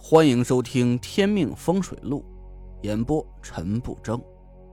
欢迎收听《天命风水录》，演播陈不争。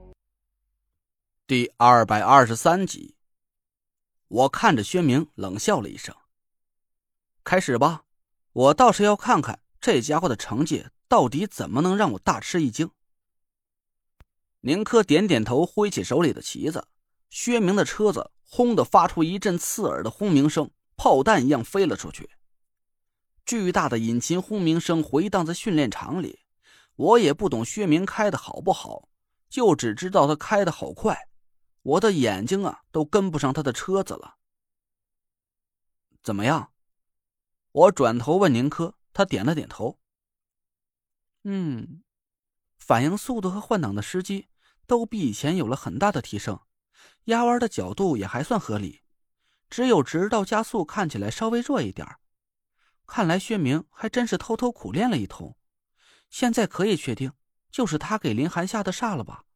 第223集。我看着薛明冷笑了一声：“开始吧，我倒是要看看这家伙的成绩到底怎么能让我大吃一惊。”宁珂点点头，挥起手里的旗子，薛明的车子轰地发出一阵刺耳的轰鸣声，炮弹一样飞了出去。巨大的引擎轰鸣声回荡在训练场里，我也不懂薛明开的好不好，就只知道他开的好快，我的眼睛都跟不上他的车子了。怎么样？我转头问宁珂，他点了点头。反应速度和换挡的时机都比以前有了很大的提升，压弯的角度也还算合理，只有直道加速看起来稍微弱一点。看来薛明还真是偷偷苦练了一通，现在可以确定就是他给林寒下的煞了吧。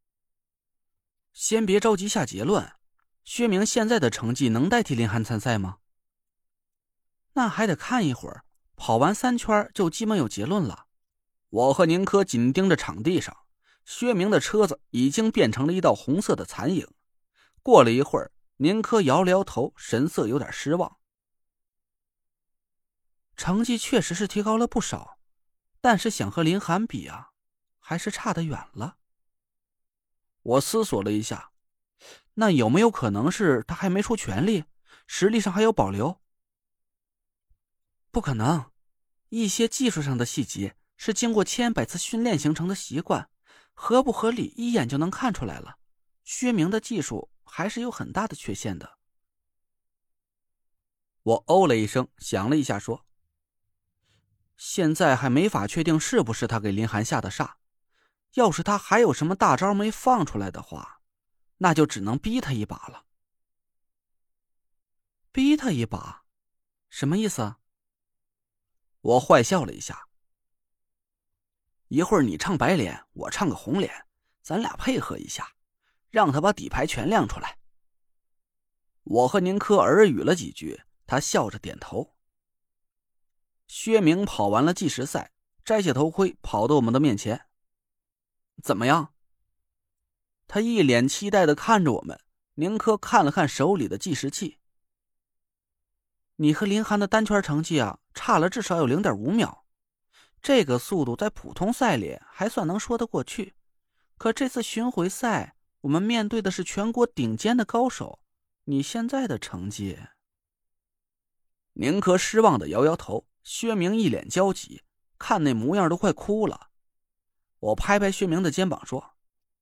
先别着急下结论，薛明现在的成绩能代替林寒参赛吗？那还得看一会儿，跑完3圈就基本有结论了。我和宁珂紧盯着场地上，薛明的车子已经变成了一道红色的残影。过了一会儿，宁珂摇了摇头，神色有点失望。成绩确实是提高了不少，但是想和林寒比还是差得远了。我思索了一下，那有没有可能是他还没出全力，实力上还有保留？不可能，一些技术上的细节是经过千百次训练形成的习惯，合不合理一眼就能看出来了。薛明的技术还是有很大的缺陷的。我哦了一声，想了一下说，现在还没法确定是不是他给林寒下的煞，要是他还有什么大招没放出来的话，那就只能逼他一把了。逼他一把？什么意思？我坏笑了一下。一会儿你唱白脸，我唱个红脸，咱俩配合一下，让他把底牌全亮出来。我和宁珂耳语了几句，他笑着点头。薛明跑完了计时赛，摘下头盔跑到我们的面前。怎么样？他一脸期待地看着我们。宁珂看了看手里的计时器。你和林寒的单圈成绩差了至少有 0.5 秒，这个速度在普通赛里还算能说得过去，可这次巡回赛我们面对的是全国顶尖的高手，你现在的成绩……宁珂失望地摇摇头，薛明一脸焦急，看那模样都快哭了。我拍拍薛明的肩膀说，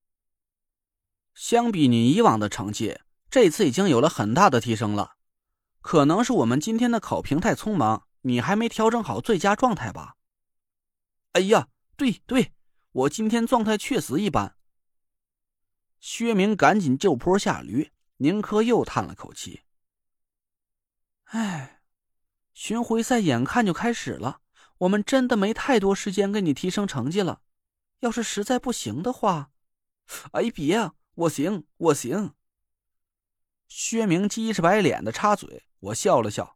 相比你以往的成绩，这次已经有了很大的提升了。可能是我们今天的考评太匆忙，你还没调整好最佳状态吧？哎呀，对，我今天状态确实一般。薛明赶紧就坡下驴，宁珂又叹了口气。哎，巡回赛眼看就开始了，我们真的没太多时间给你提升成绩了。要是实在不行的话……哎，别，我行。薛明鸡翅白脸的插嘴，我笑了笑。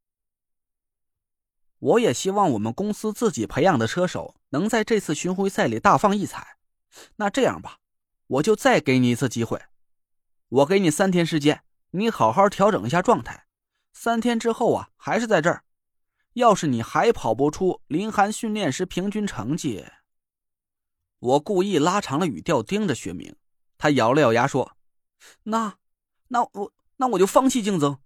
我也希望我们公司自己培养的车手能在这次巡回赛里大放异彩。那这样吧，我就再给你一次机会，我给你3天时间，你好好调整一下状态。3天之后还是在这儿。要是你还跑不出林寒训练时平均成绩……我故意拉长了语调盯着薛明，他咬了咬牙说，那我就放弃竞争。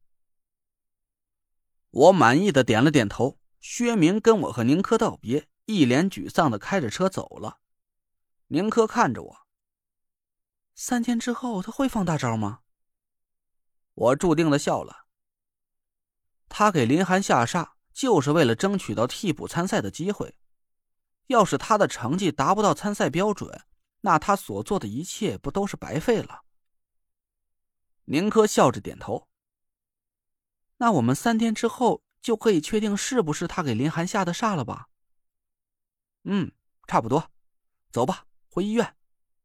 我满意的点了点头。薛明跟我和宁珂道别，一脸沮丧的开着车走了。宁珂看着我，3天之后他会放大招吗？我注定的笑了。他给林寒下煞就是为了争取到替补参赛的机会，要是他的成绩达不到参赛标准，那他所做的一切不都是白费了？宁珂笑着点头。那我们3天之后就可以确定是不是他给林寒下的煞了吧？差不多。走吧，回医院。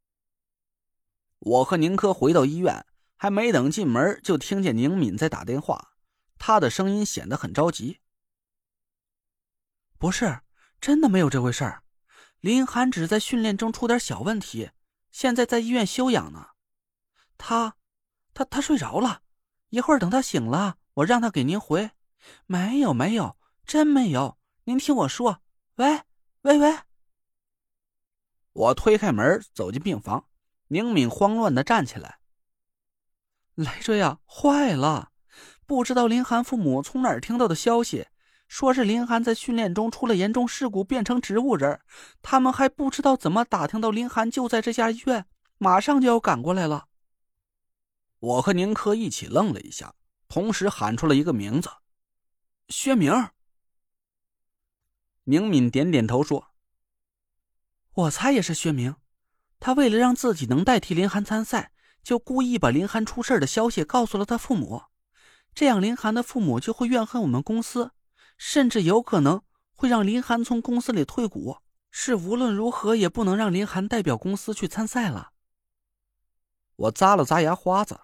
我和宁珂回到医院，还没等进门就听见宁敏在打电话，他的声音显得很着急。不是， 真的没有这回事儿。林涵只是在训练中出点小问题，现在在医院休养呢。他睡着了，一会儿等他醒了，我让他给您回。没有，真没有。您听我说，喂。我推开门走进病房，宁敏慌乱地站起来。累赘啊，坏了！不知道林涵父母从哪儿听到的消息，说是林涵在训练中出了严重事故，变成植物人。他们还不知道怎么打听到林涵就在这家医院，马上就要赶过来了。我和宁珂一起愣了一下，同时喊出了一个名字：薛明。宁敏点点头说：我猜也是薛明，他为了让自己能代替林涵参赛，就故意把林涵出事的消息告诉了他父母，这样林涵的父母就会怨恨我们公司，甚至有可能会让林涵从公司里退股，是无论如何也不能让林涵代表公司去参赛了。我咂了咂牙花子，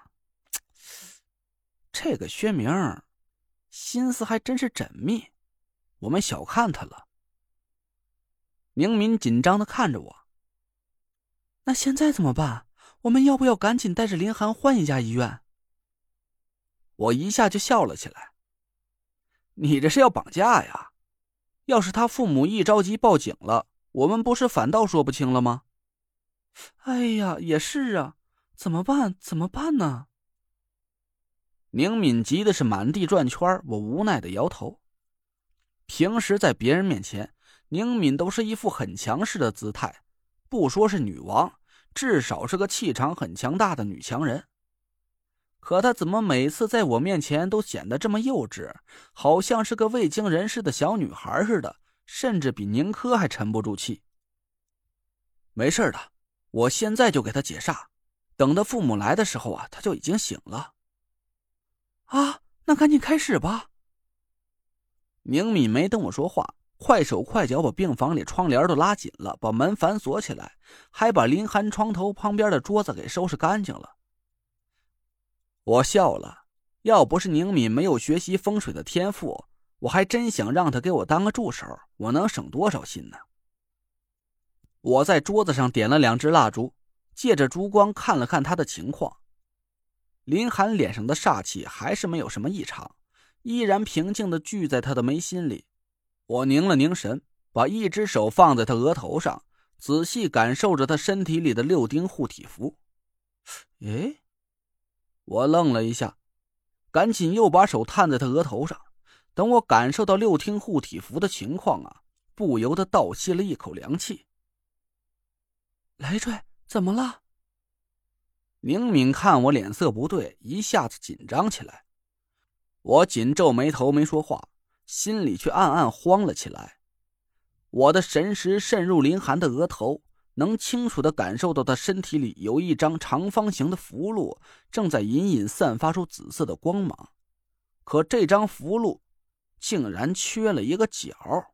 这个薛明心思还真是缜密，我们小看他了。宁敏紧张地看着我，那现在怎么办？我们要不要赶紧带着林涵换一家医院？我一下就笑了起来。你这是要绑架呀？要是他父母一着急报警了，我们不是反倒说不清了吗？哎呀，也是啊，怎么办呢？宁敏急的是满地转圈，我无奈的摇头。平时在别人面前，宁敏都是一副很强势的姿态，不说是女王，至少是个气场很强大的女强人。可她怎么每次在我面前都显得这么幼稚，好像是个未经人事的小女孩似的，甚至比宁珂还沉不住气。没事的，我现在就给她解煞，等她父母来的时候啊，她就已经醒了。啊，那赶紧开始吧。宁敏没等我说话，快手快脚把病房里窗帘都拉紧了，把门反锁起来，还把林涵床头旁边的桌子给收拾干净了。我笑了，要不是宁敏没有学习风水的天赋，我还真想让他给我当个助手，我能省多少心呢？我在桌子上点了2支蜡烛，借着烛光看了看他的情况。林涵脸上的煞气还是没有什么异常，依然平静地聚在他的眉心里。我凝了凝神，把一只手放在他额头上，仔细感受着他身体里的6丁护体符。诶，我愣了一下，赶紧又把手探在他额头上。等我感受到6丁护体符的情况啊，不由得倒吸了一口凉气。累赘，怎么了？宁敏看我脸色不对，一下子紧张起来。我紧皱眉头没说话，心里却暗暗慌了起来。我的神识渗入林涵的额头，能清楚地感受到他身体里有一张长方形的符箓，正在隐隐散发出紫色的光芒。可这张符箓竟然缺了一个角。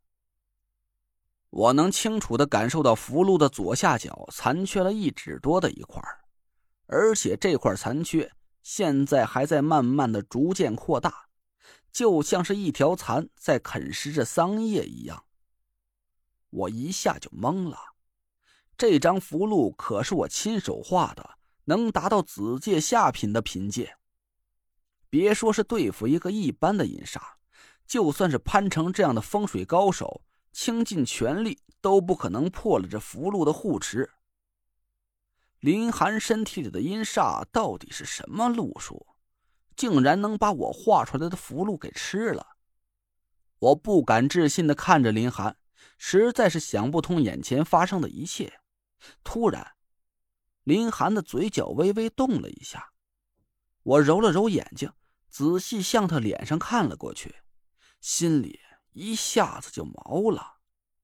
我能清楚地感受到符箓的左下角残缺了1指多的一块，而且这块残缺现在还在慢慢的逐渐扩大，就像是一条蚕在啃食着桑叶一样。我一下就懵了，这张符箓可是我亲手画的，能达到紫界下品的品阶。别说是对付一个一般的阴煞，就算是潘成这样的风水高手，倾尽全力都不可能破了这符箓的护持。林涵身体里的阴煞到底是什么路数，竟然能把我画出来的符箓给吃了？我不敢置信地看着林涵，实在是想不通眼前发生的一切。突然，林涵的嘴角微微动了一下，我揉了揉眼睛，仔细向他脸上看了过去，心里一下子就毛了。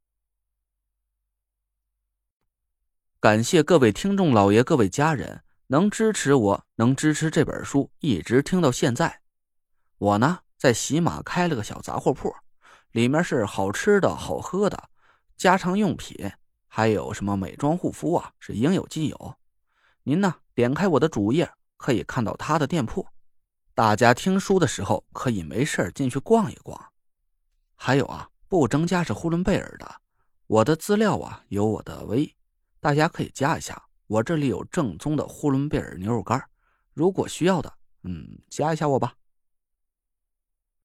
感谢各位听众老爷各位家人能支持我，能支持这本书一直听到现在。我呢在喜马开了个小杂货铺，里面是好吃的好喝的家常用品，还有什么美妆护肤啊，是应有尽有。您呢点开我的主页可以看到他的店铺，大家听书的时候可以没事进去逛一逛。还有啊，不增加是呼伦贝尔的， 我的资料啊有我的微，大家可以加一下。我这里有正宗的呼伦贝尔牛肉干，如果需要的，加一下我吧。